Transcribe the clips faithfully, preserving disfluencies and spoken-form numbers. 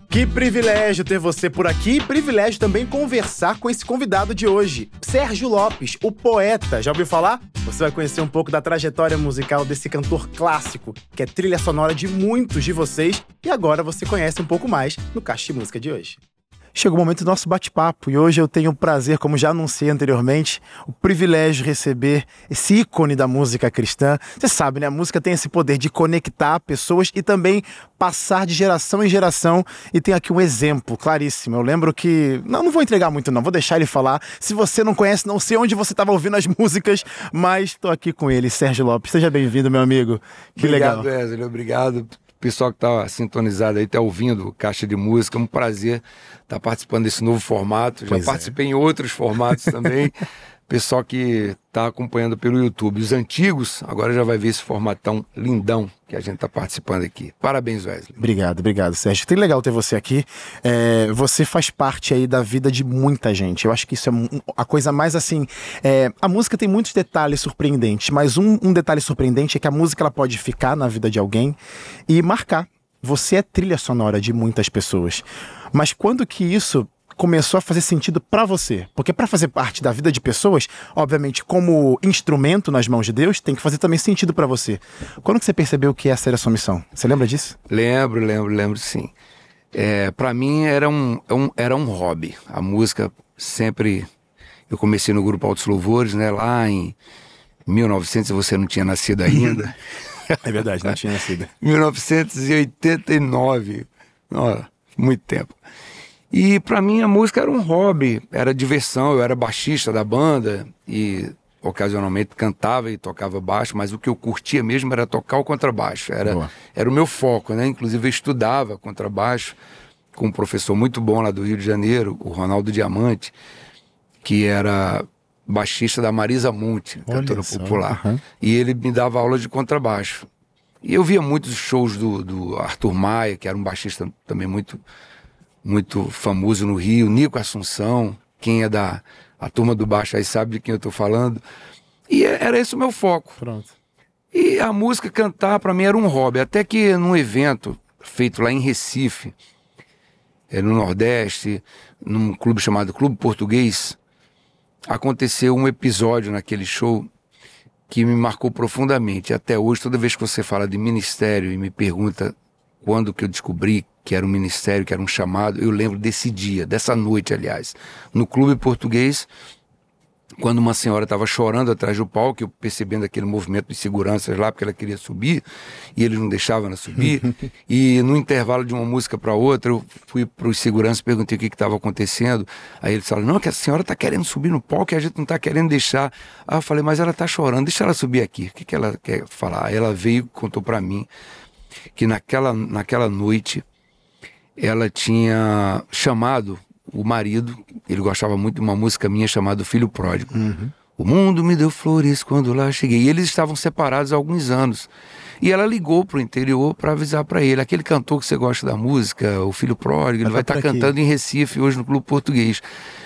Que privilégio ter você por aqui e privilégio também conversar com esse convidado de hoje, Sérgio Lopes, o poeta. Já ouviu falar? Você vai conhecer um pouco da trajetória musical desse cantor clássico, que é trilha sonora de muitos de vocês, e agora você conhece um pouco mais no Caixa de Música de hoje. Chegou o momento do nosso bate-papo e hoje eu tenho o prazer, como já anunciei anteriormente, o privilégio de receber esse ícone da música cristã. Você sabe, né? A música tem esse poder de conectar pessoas e também passar de geração em geração. E tem aqui um exemplo claríssimo. Eu lembro que... Não, não vou entregar muito não, vou deixar ele falar. Se você não conhece, não sei onde você estava ouvindo as músicas, mas estou aqui com ele, Sérgio Lopes. Seja bem-vindo, meu amigo. Que obrigado, legal. Wesley, obrigado. Pessoal que está sintonizado aí, está ouvindo Caixa de Música, é um prazer estar participando desse novo formato. Já Pois participei é. em outros formatos também. Pessoal que está acompanhando pelo YouTube. Os antigos, agora já vai ver esse formatão lindão que a gente está participando aqui. Parabéns, Wesley. Obrigado, obrigado, Sérgio. Que legal ter você aqui. É, você faz parte aí da vida de muita gente. Eu acho que isso é a coisa mais assim... É, a música tem muitos detalhes surpreendentes, mas um, um detalhe surpreendente é que a música ela pode ficar na vida de alguém e marcar. Você é trilha sonora de muitas pessoas. Mas quando que isso começou a fazer sentido pra você? Porque pra fazer parte da vida de pessoas, obviamente, como instrumento nas mãos de Deus, tem que fazer também sentido pra você. Quando que você percebeu que essa era a sua missão? Você lembra disso? Lembro, lembro, lembro sim. É, pra mim era um, um, era um hobby. A música sempre... Eu comecei no grupo Altos Louvores, né? Lá em mil e novecentos, você não tinha nascido ainda. É verdade, não tinha nascido. mil novecentos e oitenta e nove. Ó, muito tempo. E pra mim a música era um hobby, era diversão. Eu era baixista da banda e ocasionalmente cantava e tocava baixo, mas o que eu curtia mesmo era tocar o contrabaixo. Era, era o meu foco, né? Inclusive eu estudava contrabaixo com um professor muito bom lá do Rio de Janeiro, o Ronaldo Diamante, que era baixista da Marisa Monte, cantora popular. Uhum. E ele me dava aula de contrabaixo. E eu via muitos shows do, do Arthur Maia, que era um baixista também muito... muito famoso no Rio, Nico Assunção, quem é da a turma do baixo aí sabe de quem eu estou falando, e era esse o meu foco. Pronto. E a música, cantar, para mim era um hobby, até que num evento feito lá em Recife, no Nordeste, num clube chamado Clube Português, aconteceu um episódio naquele show que me marcou profundamente. Até hoje, toda vez que você fala de ministério e me pergunta quando que eu descobri que era um ministério, que era um chamado, eu lembro desse dia, dessa noite, aliás, no Clube Português, quando uma senhora estava chorando atrás do palco, eu percebendo aquele movimento de seguranças lá, porque ela queria subir, e eles não deixavam ela subir, e no intervalo de uma música para outra, eu fui para os seguranças, perguntei o que estava acontecendo, aí eles falaram, não, que a senhora está querendo subir no palco e a gente não está querendo deixar. Aí eu falei, mas ela está chorando, deixa ela subir aqui, o que, que ela quer falar? Aí ela veio e contou para mim que naquela, naquela noite ela tinha chamado o marido, ele gostava muito de uma música minha chamada Filho Pródigo. Uhum. O mundo me deu flores quando lá cheguei. E eles estavam separados há alguns anos. E ela ligou pro interior para avisar para ele, aquele cantor que você gosta da música, o Filho Pródigo, ele vai estar tá cantando em Recife hoje no Clube Português.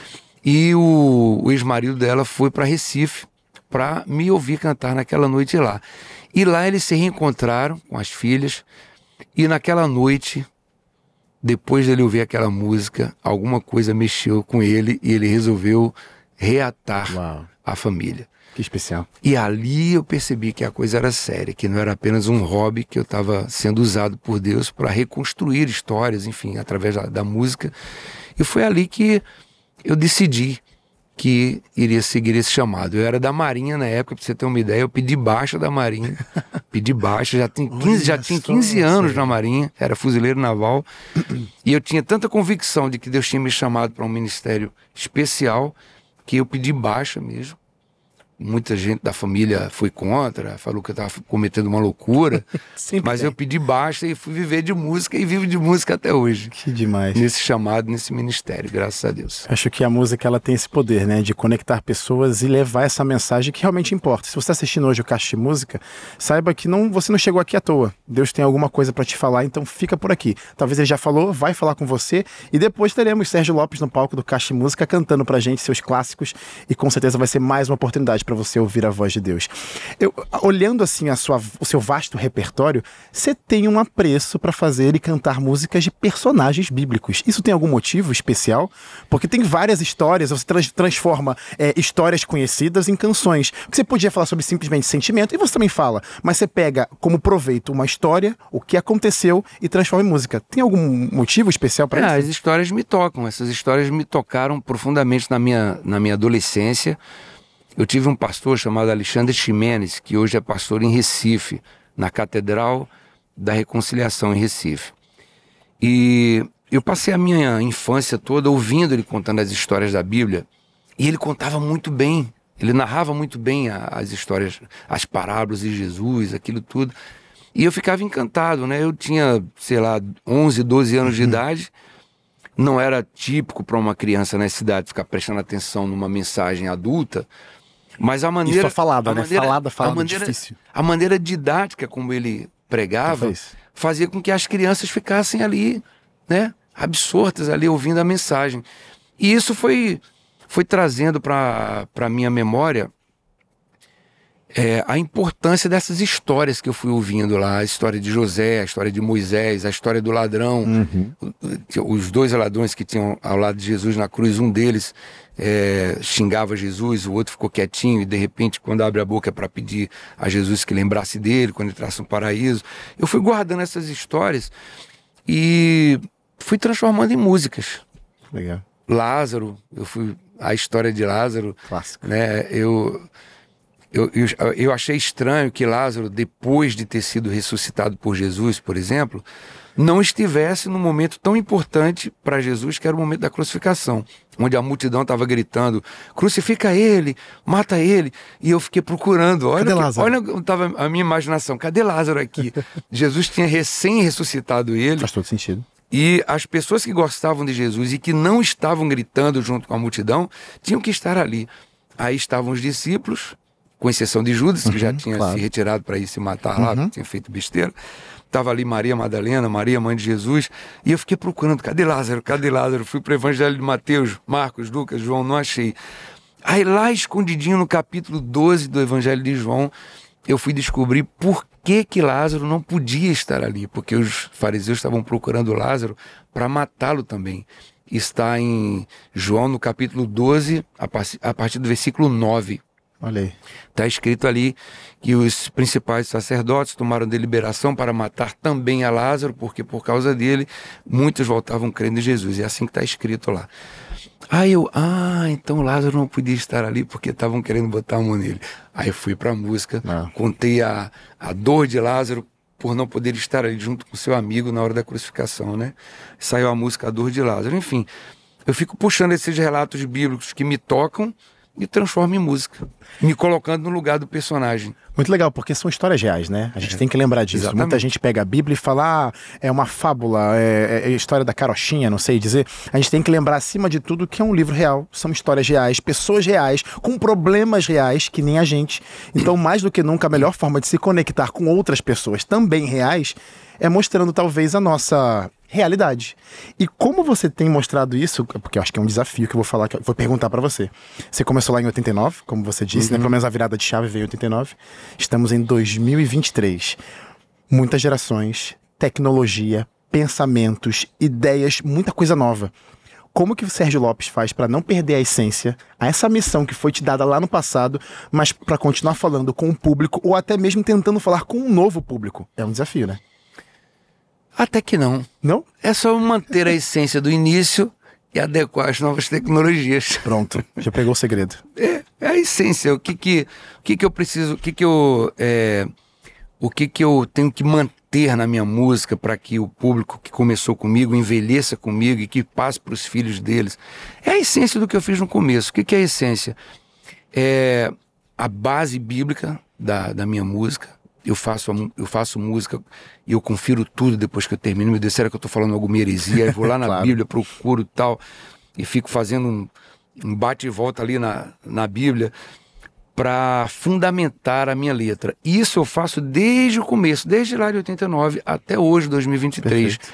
E o, o ex-marido dela foi para Recife para me ouvir cantar naquela noite lá. E lá eles se reencontraram com as filhas, e naquela noite, depois dele ouvir aquela música, alguma coisa mexeu com ele e ele resolveu reatar Uau. a família. Que especial. E ali eu percebi que a coisa era séria, que não era apenas um hobby, que eu estava sendo usado por Deus para reconstruir histórias, enfim, através da, da música. E foi ali que eu decidi que iria seguir esse chamado. Eu era da Marinha na época, pra você ter uma ideia, eu pedi baixa da Marinha, pedi baixa, já, tem quinze, já tinha quinze anos na Marinha, era fuzileiro naval, e eu tinha tanta convicção de que Deus tinha me chamado para um ministério especial, que eu pedi baixa mesmo. Muita gente da família foi contra, falou que eu estava cometendo uma loucura, mas tem. Eu pedi baixa e fui viver de música e vivo de música até hoje. Que demais. Nesse chamado, nesse ministério, graças a Deus. Acho que a música ela tem esse poder, né, de conectar pessoas e levar essa mensagem que realmente importa. Se você está assistindo hoje o Caixa de Música, saiba que não, você não chegou aqui à toa. Deus tem alguma coisa para te falar, então fica por aqui. Talvez ele já falou, vai falar com você, e depois teremos Sérgio Lopes no palco do Caixa de Música cantando pra gente seus clássicos, e com certeza vai ser mais uma oportunidade. para você ouvir a voz de Deus. Eu, olhando assim a sua, o seu vasto repertório, você tem um apreço para fazer e cantar músicas de personagens bíblicos. Isso tem algum motivo especial? Porque tem várias histórias, você trans, transforma é, histórias conhecidas em canções. Você podia falar sobre simplesmente sentimento, e você também fala, mas você pega como proveito uma história, o que aconteceu, e transforma em música. Tem algum motivo especial para é, isso? As histórias me tocam, essas histórias me tocaram profundamente na minha, na minha adolescência. Eu tive um pastor chamado Alexandre Ximenes, que hoje é pastor em Recife, na Catedral da Reconciliação em Recife. E eu passei a minha infância toda ouvindo ele contando as histórias da Bíblia, e ele contava muito bem, ele narrava muito bem a, as histórias, as parábolas de Jesus, aquilo tudo. E eu ficava encantado, né? Eu tinha, sei lá, onze, doze anos de Uhum. idade. Não era típico para uma criança na cidade ficar prestando atenção numa mensagem adulta, mas a maneira... E só falada, a né? maneira, Falada, falada, a maneira, difícil. A maneira didática como ele pregava fazia com que as crianças ficassem ali, né? Absortas ali, ouvindo a mensagem. E isso foi, foi trazendo para a minha memória É, a importância dessas histórias que eu fui ouvindo lá, a história de José, a história de Moisés, a história do ladrão, Uhum. os dois ladrões que tinham ao lado de Jesus na cruz, um deles é, xingava Jesus, o outro ficou quietinho e de repente quando abre a boca é para pedir a Jesus que lembrasse dele quando entrasse no paraíso. Eu fui guardando essas histórias e fui transformando em músicas. Legal. Lázaro, eu fui a história de Lázaro, Clássico. né? Eu Eu, eu, eu achei estranho que Lázaro, depois de ter sido ressuscitado por Jesus, por exemplo, não estivesse num momento tão importante para Jesus, que era o momento da crucificação, onde a multidão estava gritando, crucifica ele, mata ele, e eu fiquei procurando, olha, Cadê que, Lázaro? olha como estava a minha imaginação, cadê Lázaro aqui? Jesus tinha recém-ressuscitado ele, Faz todo sentido. e as pessoas que gostavam de Jesus e que não estavam gritando junto com a multidão, tinham que estar ali. Aí estavam os discípulos, com exceção de Judas, que Uhum, já tinha claro. se retirado para ir se matar lá, Uhum. tinha feito besteira. Estava ali Maria Madalena, Maria, mãe de Jesus, e eu fiquei procurando, cadê Lázaro, cadê Lázaro? Fui para o Evangelho de Mateus, Marcos, Lucas, João, não achei. Aí lá escondidinho no capítulo doze do Evangelho de João, eu fui descobrir por que que Lázaro não podia estar ali, porque os fariseus estavam procurando Lázaro para matá-lo também. Está em João, no capítulo doze, a partir, a partir do versículo nove. Olha aí. Está escrito ali que os principais sacerdotes tomaram deliberação para matar também a Lázaro, porque por causa dele muitos voltavam crendo em Jesus. É assim que está escrito lá. Aí eu, ah, então Lázaro não podia estar ali porque estavam querendo botar a mão nele. Aí eu fui para a música, Ah. contei a, a dor de Lázaro por não poder estar ali junto com seu amigo na hora da crucificação, né? Saiu a música A Dor de Lázaro. Enfim, eu fico puxando esses relatos bíblicos que me tocam e transformo em música, me colocando no lugar do personagem. Muito legal, porque são histórias reais, né? A gente É. tem que lembrar disso. Exatamente. Muita gente pega a Bíblia e fala, ah, é uma fábula, é, é a história da carochinha, não sei dizer. A gente tem que lembrar, acima de tudo, que é um livro real. São histórias reais, pessoas reais, com problemas reais, que nem a gente. Então, mais do que nunca, a melhor forma de se conectar com outras pessoas também reais é mostrando, talvez, a nossa realidade. E como você tem mostrado isso, porque eu acho que é um desafio que eu vou falar, que eu vou perguntar pra você. Você começou lá em oitenta e nove, como você disse, Uhum. né? Pelo menos a virada de chave veio em oitenta e nove. Estamos em dois mil e vinte e três. Muitas gerações, tecnologia, pensamentos, ideias, muita coisa nova. Como que o Sérgio Lopes faz pra não perder a essência, a essa missão que foi te dada lá no passado, mas pra continuar falando com o público ou até mesmo tentando falar com um novo público? É um desafio, né? Até que não. Não? É só manter a essência do início e adequar as novas tecnologias. Pronto, já pegou o segredo. É, é a essência. O que que, o que que eu preciso, o que que eu, é, o que que eu tenho que manter na minha música para que o público que começou comigo envelheça comigo e que passe para os filhos deles. É a essência do que eu fiz no começo. O que que é a essência? É a base bíblica da, da minha música. Eu faço, a, eu faço música e eu confiro tudo depois que eu termino. Meu Deus, será que eu estou falando alguma heresia? Aí vou lá na Claro. Bíblia, procuro tal, e fico fazendo um, um bate e volta ali na, na Bíblia para fundamentar a minha letra. Isso eu faço desde o começo, desde lá de oitenta e nove até hoje, dois mil e vinte e três. Perfeito.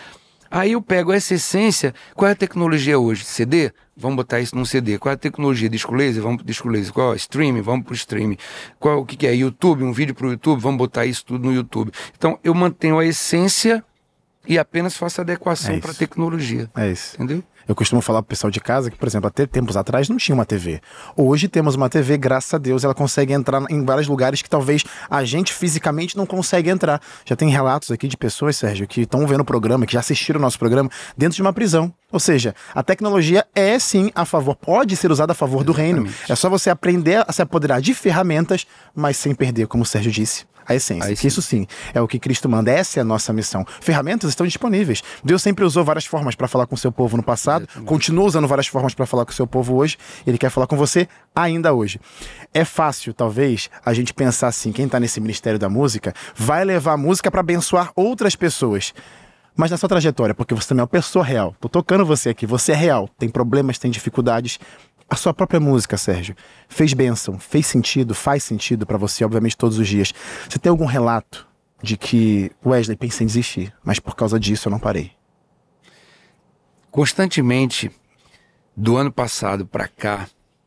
Aí eu pego essa essência. Qual é a tecnologia hoje? C D? Vamos botar isso num C D. Qual é a tecnologia? Disco laser? Vamos pro disco laser. Qual é? Streaming? Vamos pro streaming. Qual, o que, que é? YouTube? Um vídeo pro YouTube? Vamos botar isso tudo no YouTube. Então eu mantenho a essência e apenas faço adequação É para a isso. tecnologia. É isso. Entendeu? Eu costumo falar pro pessoal de casa que, por exemplo, até tempos atrás não tinha uma T V. Hoje temos uma T V, graças a Deus, ela consegue entrar em vários lugares que talvez a gente fisicamente não consegue entrar. Já tem relatos aqui de pessoas, Sérgio, que estão vendo o programa, que já assistiram o nosso programa, dentro de uma prisão. Ou seja, a tecnologia é sim a favor, pode ser usada a favor do reino. É só você aprender a se apoderar de ferramentas, mas sem perder, como o Sérgio disse, a essência. Aí Que sim. isso sim é o que Cristo manda. Essa é a nossa missão. Ferramentas estão disponíveis. Deus sempre usou várias formas para falar com o seu povo no passado, Exatamente. continua usando várias formas para falar com o seu povo hoje, e ele quer falar com você ainda hoje. É fácil, talvez, a gente pensar assim, quem está nesse ministério da música vai levar a música para abençoar outras pessoas. Mas na sua trajetória, porque você também é uma pessoa real, tô tocando você aqui, você é real, tem problemas, tem dificuldades. A sua própria música, Sérgio, fez bênção, fez sentido, faz sentido para você, obviamente, todos os dias. Você tem algum relato de que, Wesley, pensei em desistir, mas por causa disso eu não parei? Constantemente, do ano passado para cá,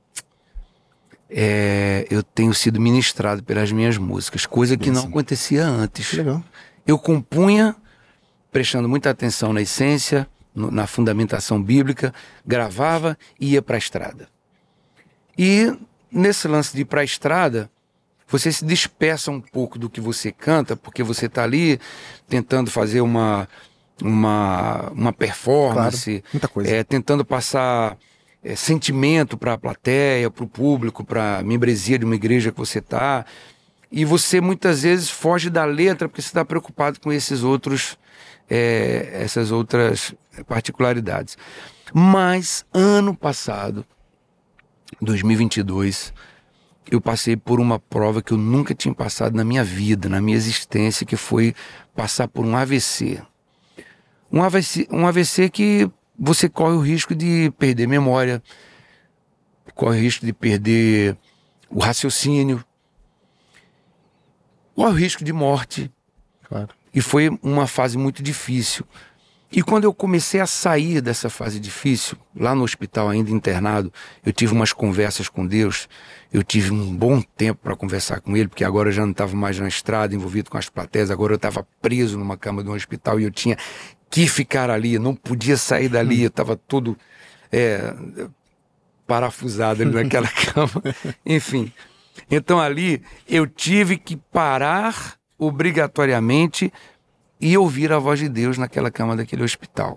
é, eu tenho sido ministrado pelas minhas músicas, coisa que não acontecia antes. Que legal. Eu compunha, prestando muita atenção na essência, no, na fundamentação bíblica, gravava e ia para a estrada. E nesse lance de ir para a estrada, você se dispersa um pouco do que você canta, porque você está ali tentando fazer uma, uma, uma performance, Claro, muita coisa. é, tentando passar é, sentimento para a plateia, para o público, para a membresia de uma igreja que você está. E você muitas vezes foge da letra porque você está preocupado com esses outros, é, essas outras particularidades. Mas ano passado, dois mil e vinte e dois, eu passei por uma prova que eu nunca tinha passado na minha vida, na minha existência, que foi passar por um A V C. Um A V C, um A V C que você corre o risco de perder memória, corre o risco de perder o raciocínio, corre o risco de morte. Claro. E foi uma fase muito difícil. E quando eu comecei a sair dessa fase difícil, lá no hospital ainda internado, eu tive umas conversas com Deus, eu tive um bom tempo para conversar com Ele, porque agora eu já não estava mais na estrada, envolvido com as plateias, agora eu estava preso numa cama de um hospital e eu tinha que ficar ali, não podia sair dali, eu estava todo é, parafusado ali naquela cama, enfim. Então ali eu tive que parar obrigatoriamente e ouvir a voz de Deus naquela cama daquele hospital.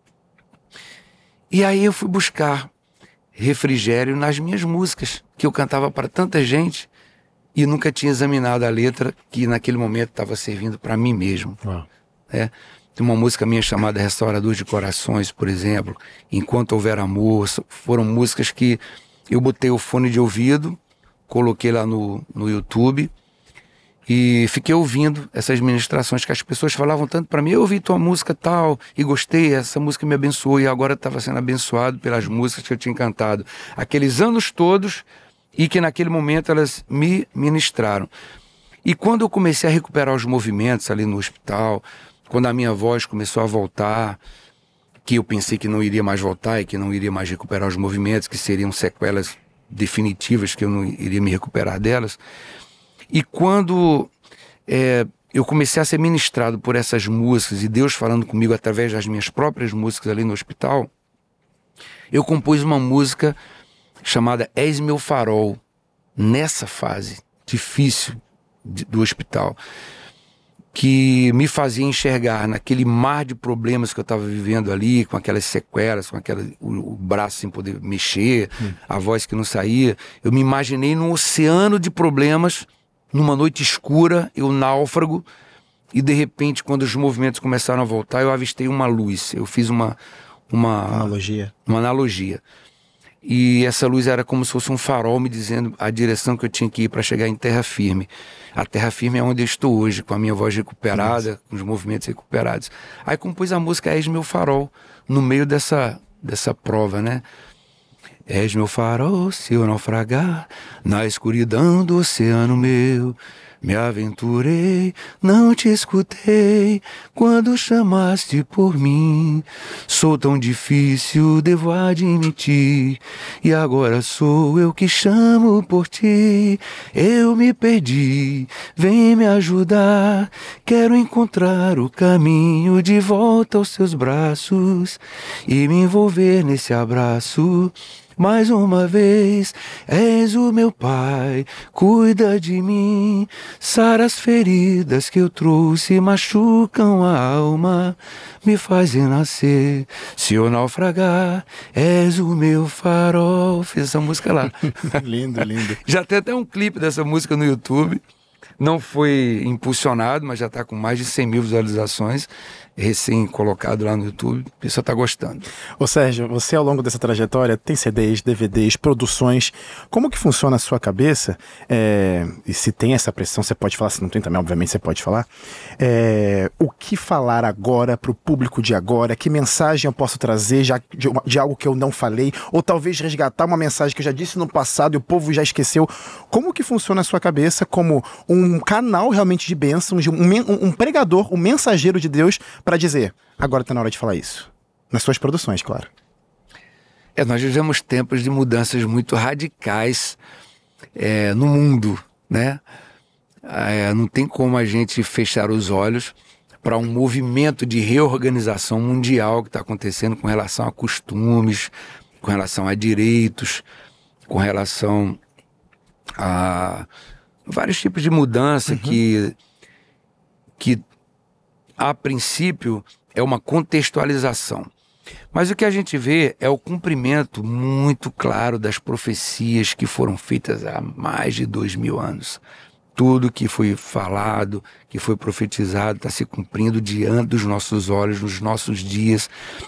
E aí eu fui buscar refrigério nas minhas músicas, que eu cantava para tanta gente e nunca tinha examinado a letra que naquele momento estava servindo para mim mesmo. Uau. É. Tem uma música minha chamada Restaurador de Corações, por exemplo, Enquanto Houver Amor, foram músicas que eu botei o fone de ouvido, coloquei lá no, no YouTube e fiquei ouvindo essas ministrações que as pessoas falavam tanto para mim. Eu ouvi tua música tal e gostei, essa música me abençoou e agora estava sendo abençoado pelas músicas que eu tinha cantado aqueles anos todos e que naquele momento elas me ministraram. E quando eu comecei a recuperar os movimentos ali no hospital, quando a minha voz começou a voltar, que eu pensei que não iria mais voltar e que não iria mais recuperar os movimentos, que seriam sequelas definitivas, que eu não iria me recuperar delas. E quando é, eu comecei a ser ministrado por essas músicas e Deus falando comigo através das minhas próprias músicas ali no hospital, eu compus uma música chamada És Meu Farol, nessa fase difícil de, do hospital, que me fazia enxergar naquele mar de problemas que eu estava vivendo ali, com aquelas sequelas, com aquela, o, o braço sem poder mexer, hum. a voz que não saía. Eu me imaginei num oceano de problemas, numa noite escura, eu náufrago, e de repente, quando os movimentos começaram a voltar, eu avistei uma luz. Eu fiz uma... Uma analogia. Uma analogia. E essa luz era como se fosse um farol me dizendo a direção que eu tinha que ir para chegar em terra firme. A terra firme é onde eu estou hoje, com a minha voz recuperada, Nossa. Com os movimentos recuperados. Aí compus a música És Meu Farol, no meio dessa, dessa prova, né? És meu farol, se eu naufragar, na escuridão do oceano meu, Me aventurei, não te escutei quando chamaste por mim. Sou tão difícil, devo admitir, e agora sou eu que chamo por ti. Eu me perdi, vem me ajudar. Quero encontrar o caminho de volta aos seus braços e me envolver nesse abraço. Mais uma vez, és o meu Pai, cuida de mim. Sara as feridas que eu trouxe, machucam a alma, me fazem nascer. Se eu naufragar, és o meu farol. Fiz essa música lá. Lindo, lindo. Já tem até um clipe dessa música no YouTube. Não foi impulsionado, mas já está com mais de cem mil visualizações, recém-colocado lá no YouTube. O pessoal está gostando. Ô Sérgio, você ao longo dessa trajetória tem C Ds, D V Ds, produções. Como que funciona a sua cabeça? É, e se tem essa pressão, você pode falar. Se não tem também, obviamente, você pode falar. É, o que falar agora para o público de agora? Que mensagem eu posso trazer já de, de algo que eu não falei? Ou talvez resgatar uma mensagem que eu já disse no passado e o povo já esqueceu? Como que funciona a sua cabeça como um canal realmente de bênçãos, um, um, um pregador, um mensageiro de Deus para dizer, agora está na hora de falar isso? Nas suas produções, claro. É, nós vivemos tempos de mudanças muito radicais é, no mundo, né? É, não tem como a gente fechar os olhos para um movimento de reorganização mundial que está acontecendo com relação a costumes, com relação a direitos, com relação a vários tipos de mudança uhum. que, que, a princípio, é uma contextualização. Mas o que a gente vê é o cumprimento muito claro das profecias que foram feitas há mais de dois mil anos. Tudo que foi falado, que foi profetizado, está se cumprindo diante dos nossos olhos, nos nossos dias.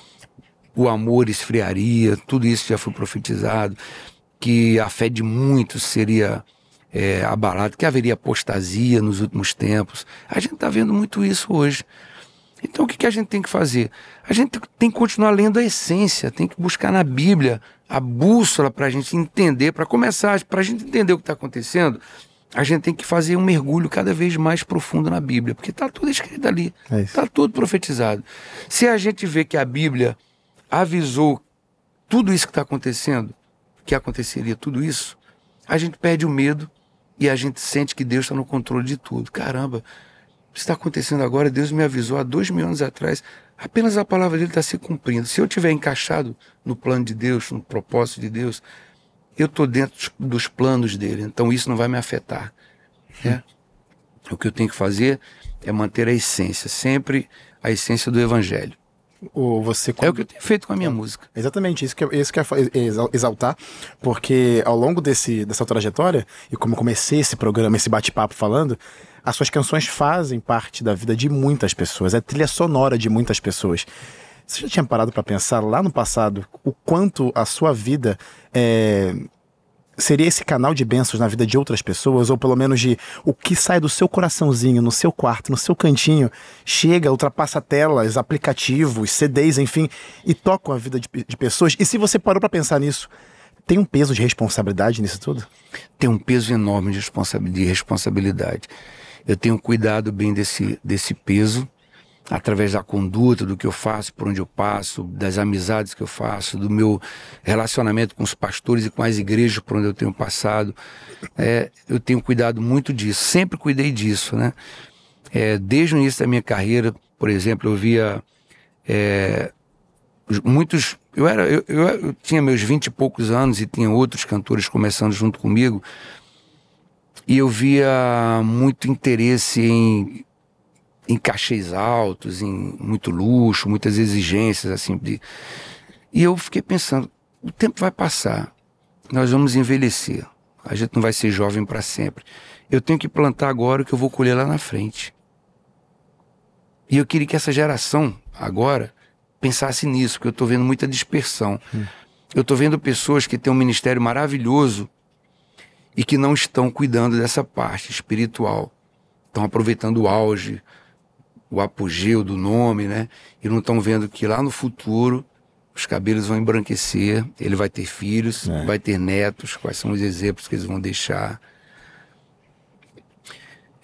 O amor esfriaria, tudo isso já foi profetizado. Que a fé de muitos seria é, abalada, que haveria apostasia nos últimos tempos. A gente está vendo muito isso hoje. Então o que, que a gente tem que fazer? A gente tem que continuar lendo a essência, tem que buscar na Bíblia a bússola para a gente entender, para começar, para a gente entender o que está acontecendo, a gente tem que fazer um mergulho cada vez mais profundo na Bíblia, porque está tudo escrito ali, está é tudo profetizado. Se a gente vê que a Bíblia avisou tudo isso que está acontecendo, que aconteceria tudo isso, a gente perde o medo e a gente sente que Deus está no controle de tudo. Caramba, isso está acontecendo agora, Deus me avisou há dois mil anos atrás, apenas a palavra dele está se cumprindo. Se eu estiver encaixado no plano de Deus, no propósito de Deus, eu estou dentro dos planos dele, então isso não vai me afetar. Né? O que eu tenho que fazer é manter a essência, sempre a essência do Evangelho. Ou você... É o que eu tenho feito com a minha é, música. Exatamente, isso que eu, isso que eu ia exaltar, porque ao longo desse, dessa trajetória, e como eu comecei esse programa, esse bate-papo falando, as suas canções fazem parte da vida de muitas pessoas, é trilha sonora de muitas pessoas. Você já tinha parado para pensar lá no passado o quanto a sua vida é, seria esse canal de bênçãos na vida de outras pessoas, ou pelo menos de o que sai do seu coraçãozinho, no seu quarto, no seu cantinho, chega, ultrapassa telas, aplicativos, C Ds, enfim, e toca a vida de, de pessoas? E se você parou para pensar nisso, tem um peso de responsabilidade nisso tudo? Tem um peso enorme de, responsa- de responsabilidade. Eu tenho cuidado bem desse, desse peso, através da conduta, do que eu faço, por onde eu passo, das amizades que eu faço, do meu relacionamento com os pastores e com as igrejas por onde eu tenho passado. É, eu tenho cuidado muito disso, sempre cuidei disso, né? É, desde o início da minha carreira, por exemplo, eu via é, muitos... Eu, era, eu, eu, eu tinha meus vinte e poucos anos e tinha outros cantores começando junto comigo, e eu via muito interesse em... em cachês altos, em muito luxo, muitas exigências, assim. De... E eu fiquei pensando, o tempo vai passar, nós vamos envelhecer, a gente não vai ser jovem para sempre. Eu tenho que plantar agora o que eu vou colher lá na frente. E eu queria que essa geração, agora, pensasse nisso, porque eu estou vendo muita dispersão. Hum. Eu estou vendo pessoas que têm um ministério maravilhoso e que não estão cuidando dessa parte espiritual. Estão aproveitando o auge, o apogeu do nome, né? E não estão vendo que lá no futuro os cabelos vão embranquecer, ele vai ter filhos, é. vai ter netos, quais são os exemplos que eles vão deixar.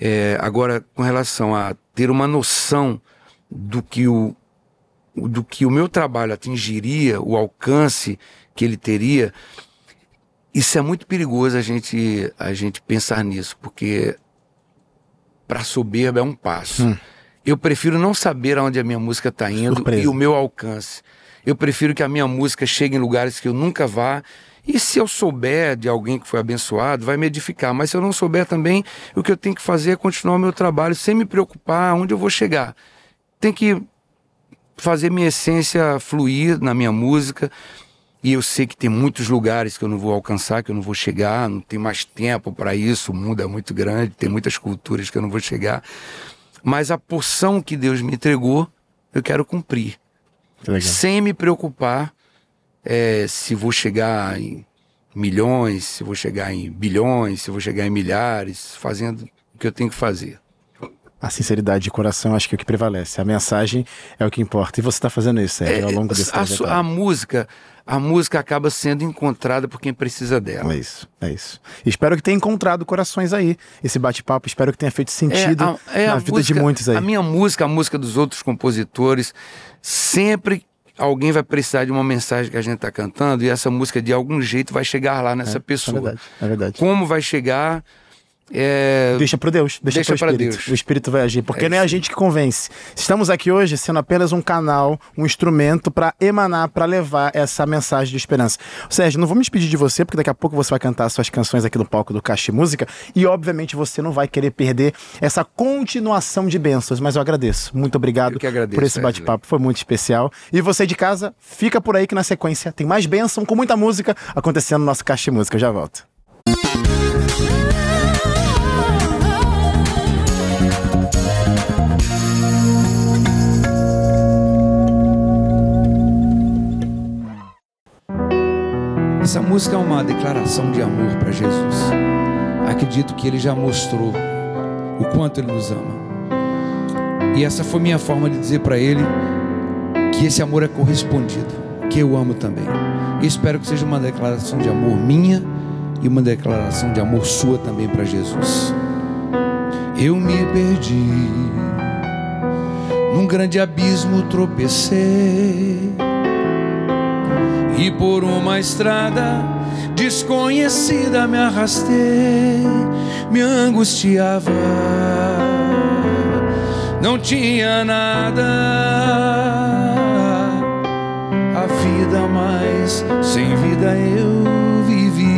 É, agora, com relação a ter uma noção do que o, do que o meu trabalho atingiria, o alcance que ele teria, isso é muito perigoso a gente, a gente pensar nisso, porque para soberba é um passo. Hum. Eu prefiro não saber aonde a minha música está indo. Surpresa. E o meu alcance. Eu prefiro que a minha música chegue em lugares que eu nunca vá. E se eu souber de alguém que foi abençoado, vai me edificar. Mas se eu não souber também, o que eu tenho que fazer é continuar o meu trabalho sem me preocupar aonde eu vou chegar. Tem que fazer minha essência fluir na minha música. E eu sei que tem muitos lugares que eu não vou alcançar, que eu não vou chegar. Não tem mais tempo para isso. O mundo é muito grande, tem muitas culturas que eu não vou chegar. Mas a porção que Deus me entregou, eu quero cumprir. Sem me preocupar é, se vou chegar em milhões, se vou chegar em bilhões, se vou chegar em milhares, fazendo o que eu tenho que fazer. A sinceridade de coração acho que é o que prevalece. A mensagem é o que importa. E você está fazendo isso, Sérgio, ao longo desse trajeto. A, a música, a música acaba sendo encontrada por quem precisa dela. É isso, é isso. Espero que tenha encontrado corações aí. Esse bate-papo, espero que tenha feito sentido é a, é na vida música, de muitos aí. A minha música, a música dos outros compositores, sempre alguém vai precisar de uma mensagem que a gente está cantando e essa música de algum jeito vai chegar lá nessa é, pessoa. É verdade, é verdade. Como vai chegar... É... Deixa para Deus, deixa, deixa para Deus. O Espírito vai agir, porque é não é a gente que convence. Estamos aqui hoje sendo apenas um canal, um instrumento para emanar, para levar essa mensagem de esperança. Sérgio, não vou me despedir de você, porque daqui a pouco você vai cantar suas canções aqui no palco do Caixa Música e obviamente você não vai querer perder essa continuação de bênçãos, mas eu agradeço. Muito obrigado agradeço, por esse bate-papo, foi muito especial. E você de casa, fica por aí que na sequência tem mais bênção com muita música acontecendo no nosso Caixa Música. Eu já volto. Essa música é uma declaração de amor para Jesus. Acredito que Ele já mostrou o quanto Ele nos ama. E essa foi minha forma de dizer para Ele que esse amor é correspondido, que eu amo também. E espero que seja uma declaração de amor minha e uma declaração de amor sua também para Jesus. Eu me perdi, num grande abismo tropecei, e por uma estrada desconhecida me arrastei, me angustiava, não tinha nada, a vida mais sem vida eu vivi,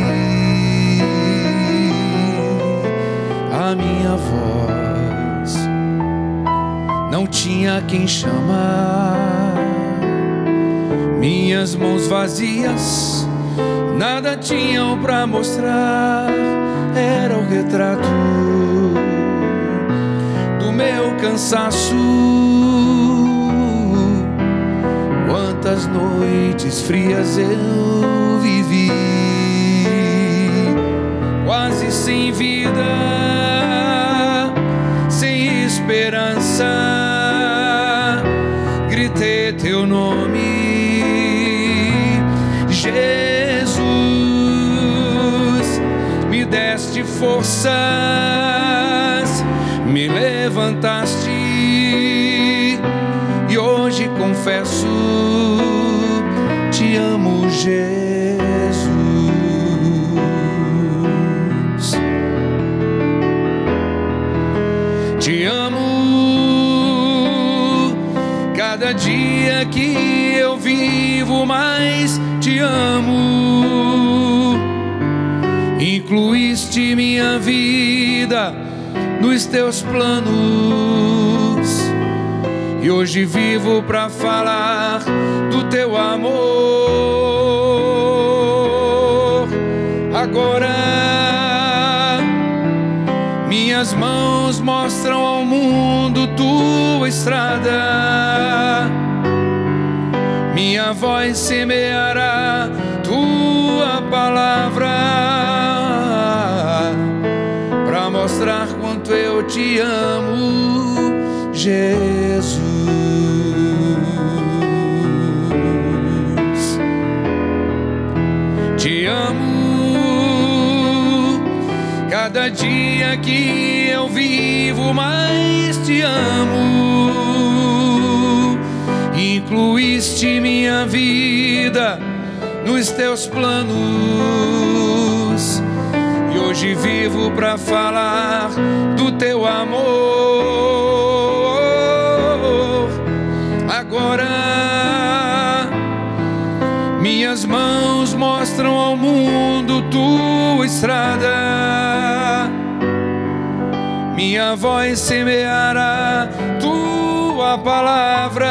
a minha voz não tinha quem chamar, minhas mãos vazias nada tinham pra mostrar, era o retrato do meu cansaço. Quantas noites frias eu vivi, quase sem vida, sem esperança, gritei teu nome, Jesus, me deste forças, me levantaste, e hoje confesso, te amo, Jesus. Te amo, cada dia que eu vivo mais te amo. Incluíste minha vida nos teus planos, e hoje vivo pra falar do teu amor. Agora minhas mãos mostram ao mundo tua estrada, minha voz semeará tua palavra, pra mostrar quanto eu te amo, Jesus. Te amo, Cada dia que eu vivo, mais te amo. Incluíste minha vida nos teus planos, e hoje vivo para falar do teu amor. Agora minhas mãos mostram ao mundo tua estrada, minha voz semeará tua palavra,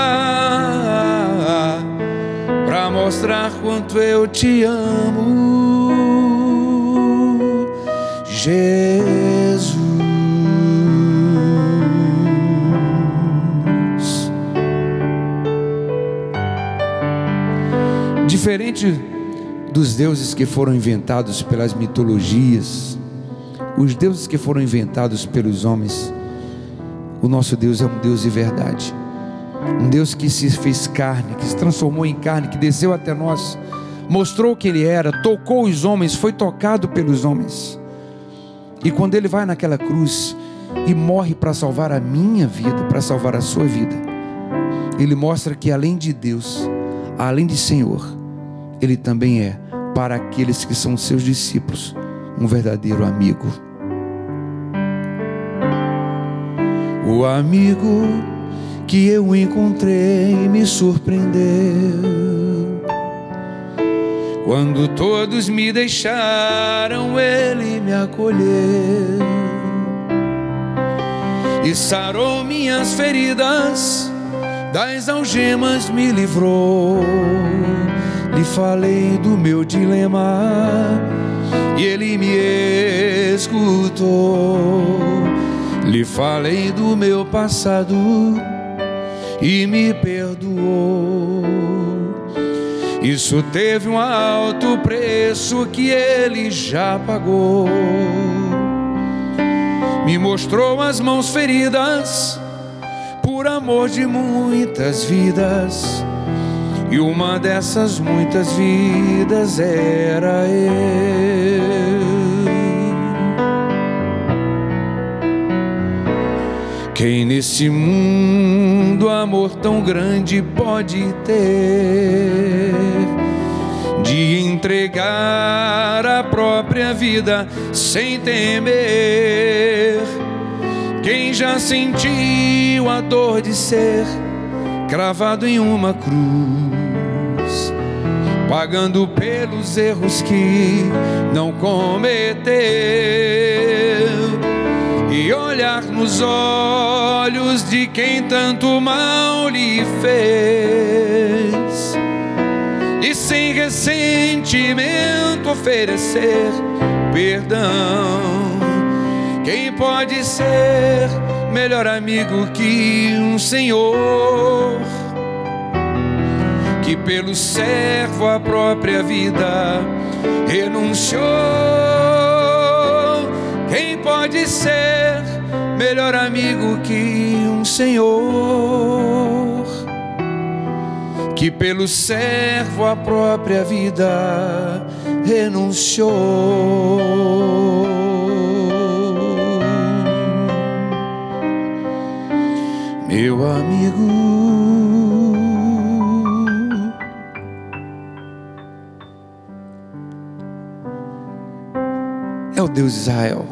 para mostrar quanto eu te amo, Jesus. Diferente dos deuses que foram inventados pelas mitologias, os deuses que foram inventados pelos homens, o nosso Deus é um Deus de verdade, um Deus que se fez carne, que se transformou em carne, que desceu até nós, mostrou que Ele era, tocou os homens, foi tocado pelos homens. E quando Ele vai naquela cruz e morre para salvar a minha vida, para salvar a sua vida, Ele mostra que além de Deus, além de Senhor, Ele também é, para aqueles que são seus discípulos, um verdadeiro amigo. O amigo que eu encontrei me surpreendeu. Quando todos me deixaram, Ele me acolheu e sarou minhas feridas, das algemas me livrou. Lhe falei do meu dilema e Ele me escutou. Lhe falei do meu passado e me perdoou. Isso teve um alto preço que Ele já pagou. Me mostrou as mãos feridas por amor de muitas vidas, e uma dessas muitas vidas era eu. Quem nesse mundo amor tão grande pode ter, de entregar a própria vida sem temer? Quem já sentiu a dor de ser cravado em uma cruz, pagando pelos erros que não cometeu, e olhar nos olhos de quem tanto mal lhe fez, e sem ressentimento oferecer perdão? Quem pode ser melhor amigo que um Senhor, que pelo servo a própria vida renunciou? Quem pode ser melhor amigo que um Senhor, que pelo servo a própria vida renunciou? Meu amigo, é o Deus de Israel,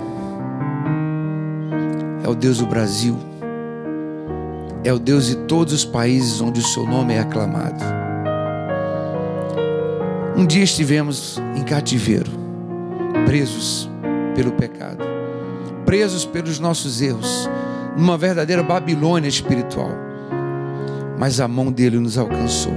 é o Deus do Brasil, é o Deus de todos os países onde o seu nome é aclamado. Um dia estivemos em cativeiro, presos pelo pecado, presos pelos nossos erros, numa verdadeira Babilônia espiritual, mas a mão dele nos alcançou.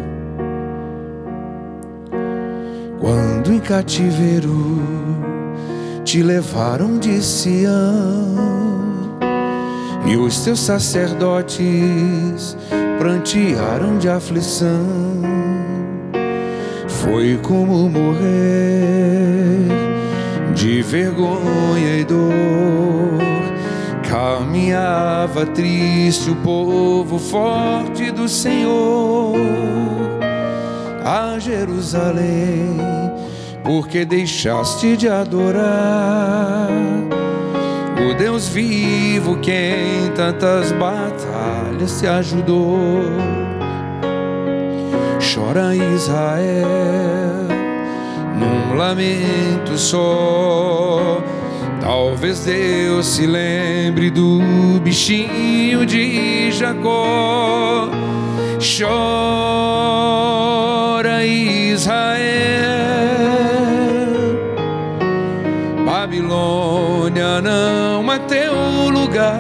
Quando em cativeiro te levaram de Sião, e os teus sacerdotes prantearam de aflição, foi como morrer de vergonha e dor. Caminhava triste o povo forte do Senhor a Jerusalém, porque deixaste de adorar o Deus vivo que em tantas batalhas te ajudou. Chora Israel num lamento só. Talvez Deus se lembre do bichinho de Jacó. Chora Israel, Babilônia não é teu lugar.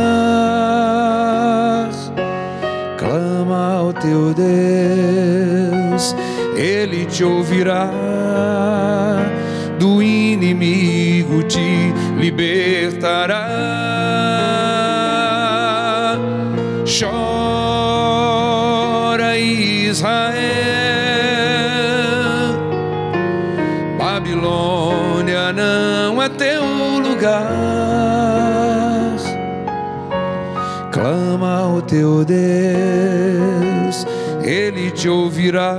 Clama ao teu Deus, Ele te ouvirá. Do inimigo te libertará. Chora Israel, Babilônia não é teu lugar. Clama ao teu Deus, Ele te ouvirá.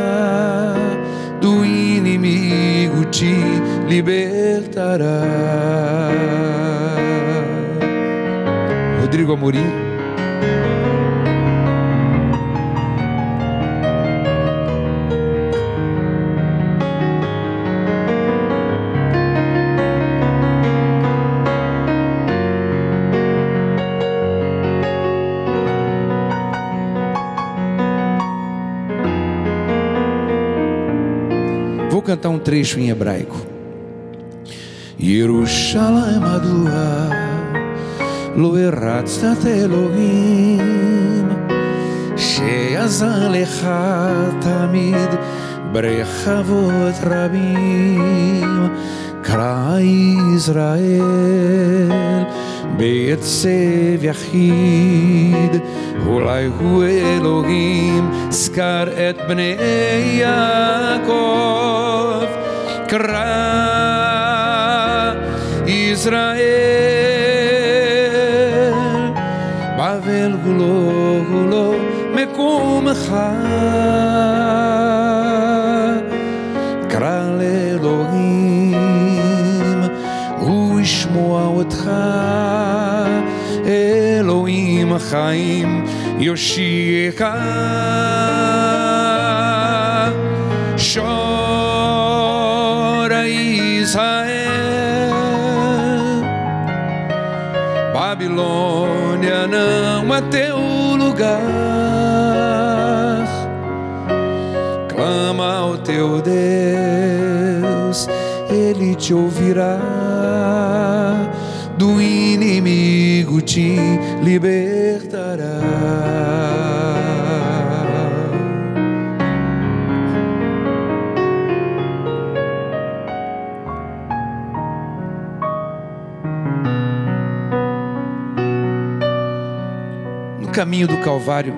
Do inimigo te libertará. Rodrigo Amorim. Vou cantar um trecho em hebraico. Yerushalayim Adua lo eratztat Elohim she'azal lecha tamid brechavot rabim kra Israel be'etzev yachid אולי הוא אלוהים זכר את בני יעקב. קרא ישראל בבל גולו גולו מקומך. קרא לאלוהים הוא ישמוע אותך. אלוהים החיים יושיעך. Chora Israel, Babilônia não é teu lugar. Clama ao teu Deus, Ele te ouvirá. Do inimigo te libertará. No caminho do Calvário,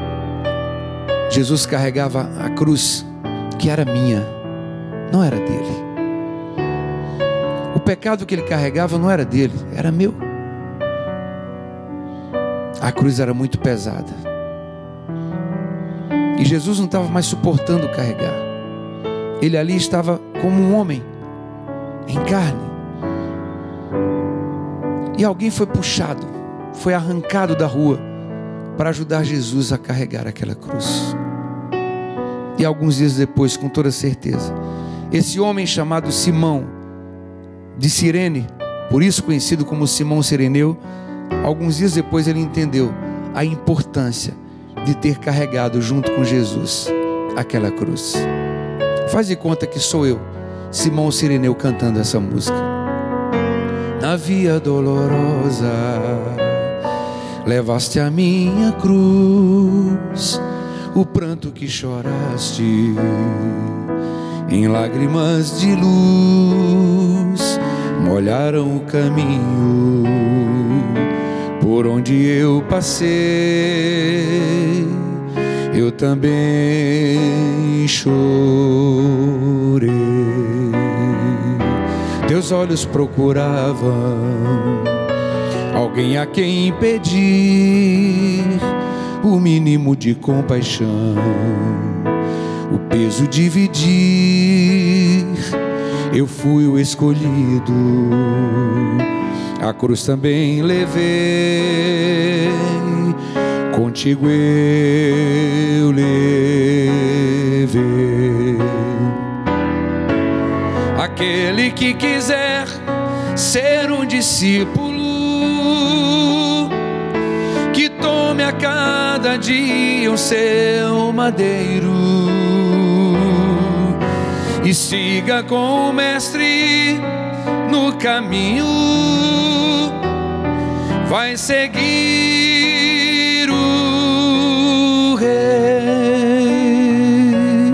Jesus carregava a cruz que era minha, não era dele. O pecado que ele carregava não era dele, era meu. A cruz era muito pesada. E Jesus não estava mais suportando carregar. Ele ali estava como um homem, em carne. E alguém foi puxado, foi arrancado da rua para ajudar Jesus a carregar aquela cruz. E alguns dias depois, com toda certeza, esse homem chamado Simão, de Cirene, por isso conhecido como Simão Cireneu, alguns dias depois ele entendeu a importância de ter carregado junto com Jesus aquela cruz. Faz de conta que sou eu, Simão Cireneu, cantando essa música. Na via dolorosa levaste a minha cruz, o pranto que choraste em lágrimas de luz molharam o caminho por onde eu passei. Eu também chorei. Teus olhos procuravam alguém a quem pedir o mínimo de compaixão. O peso dividir, eu fui o escolhido, a cruz também levei, contigo eu levei. Aquele que quiser ser um discípulo, que tome a cada dia o seu madeiro e siga com o mestre no caminho, vai seguir o Rei.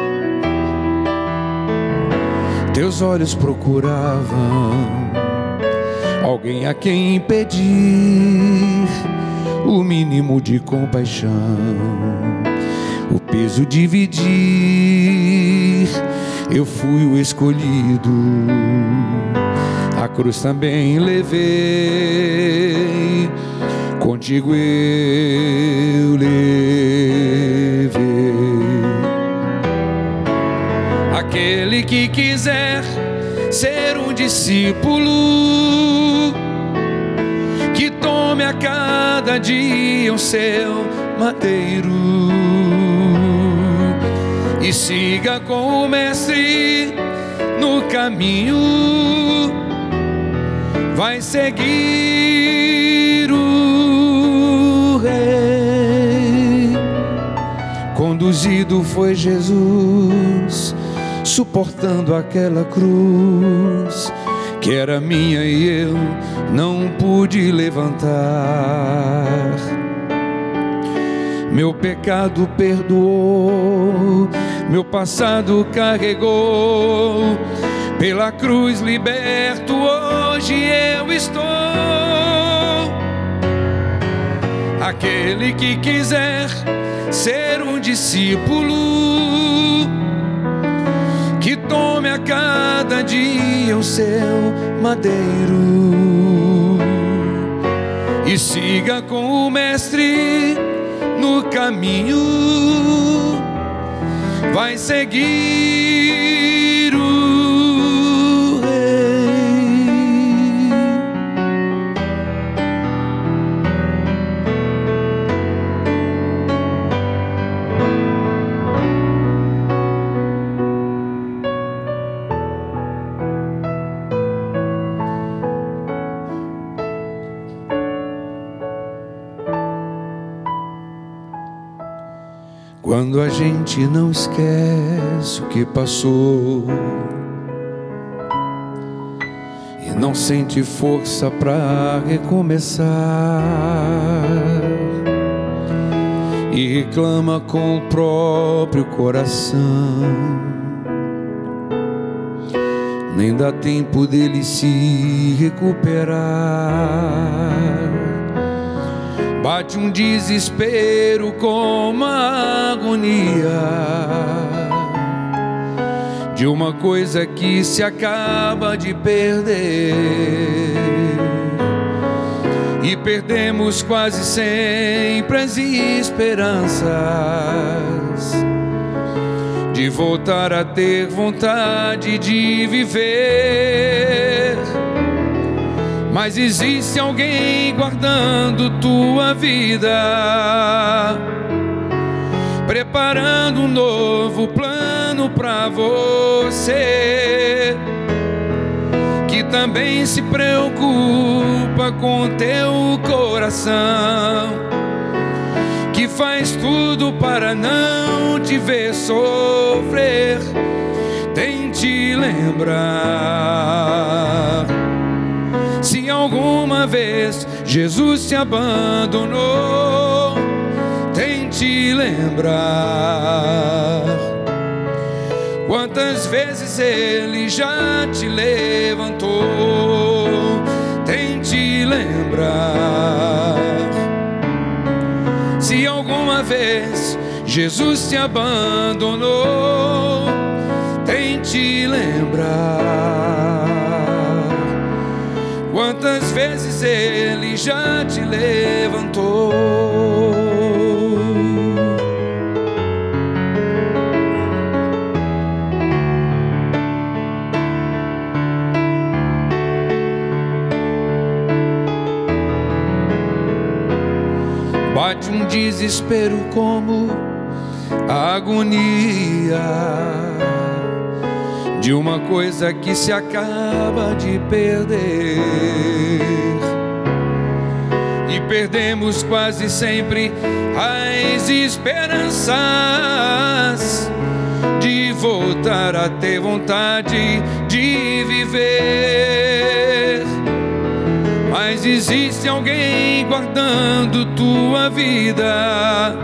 Teus olhos procuravam alguém a quem pedir o mínimo de compaixão, o peso dividir, eu fui o escolhido, a cruz também levei, contigo eu levei. Aquele que quiser ser um discípulo, que tome a cada dia o seu madeiro e siga com o mestre no caminho, vai seguir o Rei. Conduzido foi Jesus, suportando aquela cruz que era minha e eu não pude levantar. Meu pecado perdoou, meu passado carregou, pela cruz liberto hoje eu estou. Aquele que quiser ser um discípulo, que tome a cada dia o seu madeiro e siga com o mestre no caminho, vai seguir o Rei. Quando a gente não esquece o que passou e não sente força pra recomeçar e reclama com o próprio coração, nem dá tempo dele se recuperar. Bate um desespero com uma agonia de uma coisa que se acaba de perder, e perdemos quase sempre as esperanças de voltar a ter vontade de viver. Mas existe alguém guardando tua vida, preparando um novo plano pra você, que também se preocupa com teu coração, que faz tudo para não te ver sofrer. Tente lembrar, se alguma vez Jesus te abandonou, tente lembrar quantas vezes Ele já te levantou. Tente lembrar, se alguma vez Jesus te abandonou, tente lembrar quantas vezes Ele já te levantou. bate um desespero como a agonia de uma coisa que se acaba de perder. E perdemos quase sempre as esperanças de voltar a ter vontade de viver. Mas existe alguém guardando tua vida,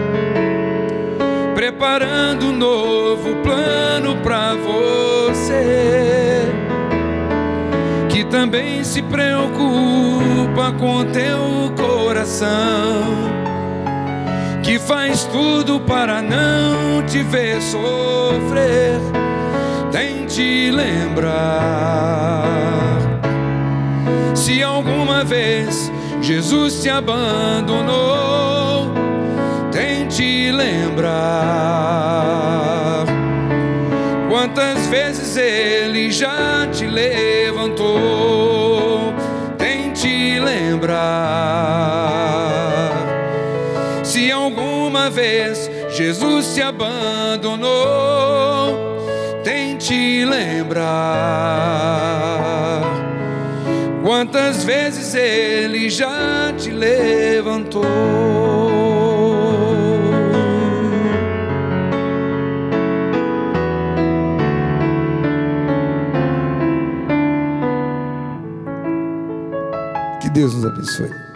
preparando um novo plano pra você, que também se preocupa com teu coração, que faz tudo para não te ver sofrer. Tente lembrar, se alguma vez Jesus te abandonou, tente lembrar quantas vezes Ele já te levantou. Tente lembrar, se alguma vez Jesus te abandonou, tente lembrar quantas vezes Ele já te levantou. Que Deus nos abençoe.